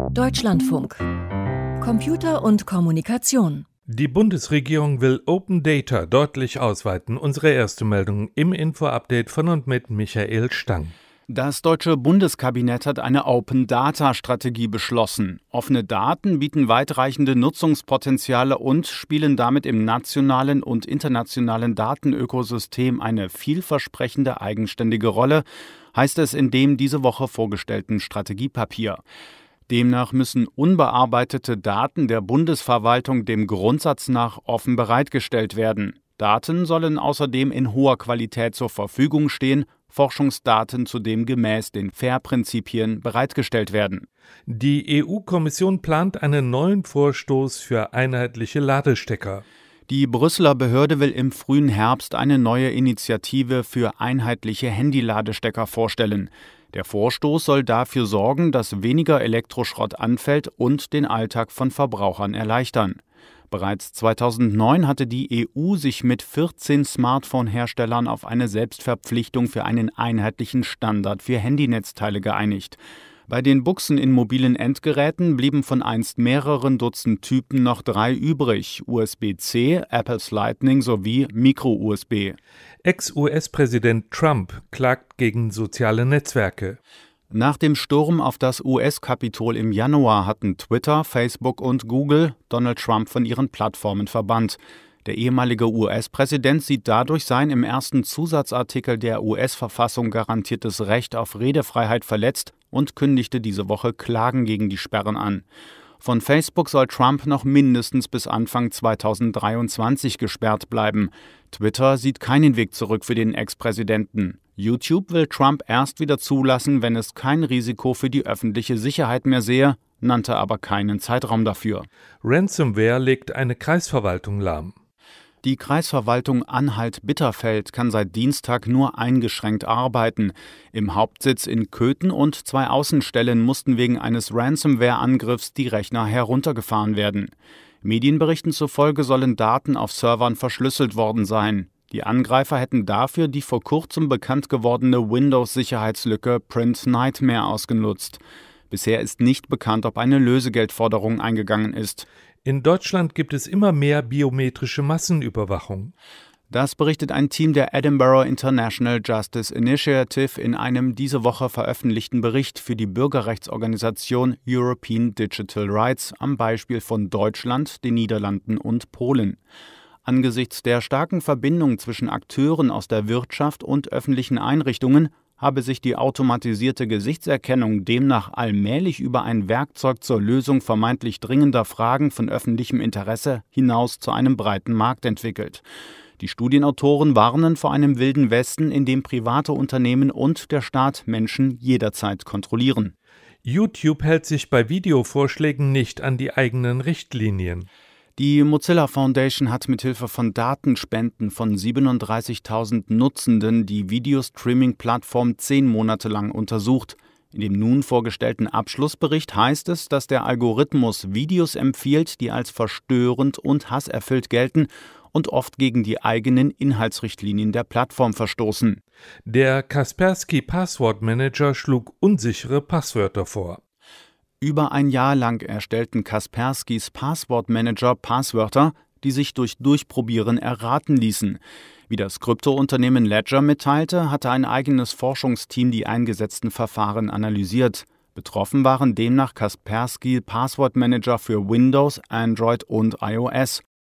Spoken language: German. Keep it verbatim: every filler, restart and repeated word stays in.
Deutschlandfunk. Computer und Kommunikation. Die Bundesregierung will Open Data deutlich ausweiten. Unsere erste Meldung im Info-Update von und mit Michael Stang. Das deutsche Bundeskabinett hat eine Open-Data-Strategie beschlossen. Offene Daten bieten weitreichende Nutzungspotenziale und spielen damit im nationalen und internationalen Datenökosystem eine vielversprechende eigenständige Rolle, heißt es in dem diese Woche vorgestellten Strategiepapier. Demnach müssen unbearbeitete Daten der Bundesverwaltung dem Grundsatz nach offen bereitgestellt werden. Daten sollen außerdem in hoher Qualität zur Verfügung stehen, Forschungsdaten zudem gemäß den FAIR-Prinzipien bereitgestellt werden. Die E U-Kommission plant einen neuen Vorstoß für einheitliche Ladestecker. Die Brüsseler Behörde will im frühen Herbst eine neue Initiative für einheitliche Handyladestecker vorstellen. Der Vorstoß soll dafür sorgen, dass weniger Elektroschrott anfällt und den Alltag von Verbrauchern erleichtern. Bereits zweitausendneun hatte die E U sich mit vierzehn Smartphone-Herstellern auf eine Selbstverpflichtung für einen einheitlichen Standard für Handynetzteile geeinigt. Bei den Buchsen in mobilen Endgeräten blieben von einst mehreren Dutzend Typen noch drei übrig: U S B C, Apples Lightning sowie Micro-U S B. Ex-U S-Präsident Trump klagt gegen soziale Netzwerke. Nach dem Sturm auf das U S-Kapitol im Januar hatten Twitter, Facebook und Google Donald Trump von ihren Plattformen verbannt. Der ehemalige U S-Präsident sieht dadurch sein im ersten Zusatzartikel der U S-Verfassung garantiertes Recht auf Redefreiheit verletzt und kündigte diese Woche Klagen gegen die Sperren an. Von Facebook soll Trump noch mindestens bis Anfang zweitausenddreiundzwanzig gesperrt bleiben. Twitter sieht keinen Weg zurück für den Ex-Präsidenten. YouTube will Trump erst wieder zulassen, wenn es kein Risiko für die öffentliche Sicherheit mehr sehe, nannte aber keinen Zeitraum dafür. Ransomware legt eine Kreisverwaltung lahm. Die Kreisverwaltung Anhalt-Bitterfeld kann seit Dienstag nur eingeschränkt arbeiten. Im Hauptsitz in Köthen und zwei Außenstellen mussten wegen eines Ransomware-Angriffs die Rechner heruntergefahren werden. Medienberichten zufolge sollen Daten auf Servern verschlüsselt worden sein. Die Angreifer hätten dafür die vor kurzem bekannt gewordene Windows-Sicherheitslücke Print Nightmare ausgenutzt. Bisher ist nicht bekannt, ob eine Lösegeldforderung eingegangen ist. In Deutschland gibt es immer mehr biometrische Massenüberwachung. Das berichtet ein Team der Edinburgh International Justice Initiative in einem diese Woche veröffentlichten Bericht für die Bürgerrechtsorganisation European Digital Rights am Beispiel von Deutschland, den Niederlanden und Polen. Angesichts der starken Verbindung zwischen Akteuren aus der Wirtschaft und öffentlichen Einrichtungen habe sich die automatisierte Gesichtserkennung demnach allmählich über ein Werkzeug zur Lösung vermeintlich dringender Fragen von öffentlichem Interesse hinaus zu einem breiten Markt entwickelt. Die Studienautoren warnen vor einem wilden Westen, in dem private Unternehmen und der Staat Menschen jederzeit kontrollieren. YouTube hält sich bei Videovorschlägen nicht an die eigenen Richtlinien. Die Mozilla Foundation hat mithilfe von Datenspenden von siebenunddreißigtausend Nutzenden die Videostreaming-Plattform zehn Monate lang untersucht. In dem nun vorgestellten Abschlussbericht heißt es, dass der Algorithmus Videos empfiehlt, die als verstörend und hasserfüllt gelten und oft gegen die eigenen Inhaltsrichtlinien der Plattform verstoßen. Der Kaspersky Passwortmanager schlug unsichere Passwörter vor. Über ein Jahr lang erstellten Kasperskys Passwortmanager Passwörter, die sich durch Durchprobieren erraten ließen. Wie das Kryptounternehmen Ledger mitteilte, hatte ein eigenes Forschungsteam die eingesetzten Verfahren analysiert. Betroffen waren demnach Kaspersky Passwortmanager für Windows, Android und iOS.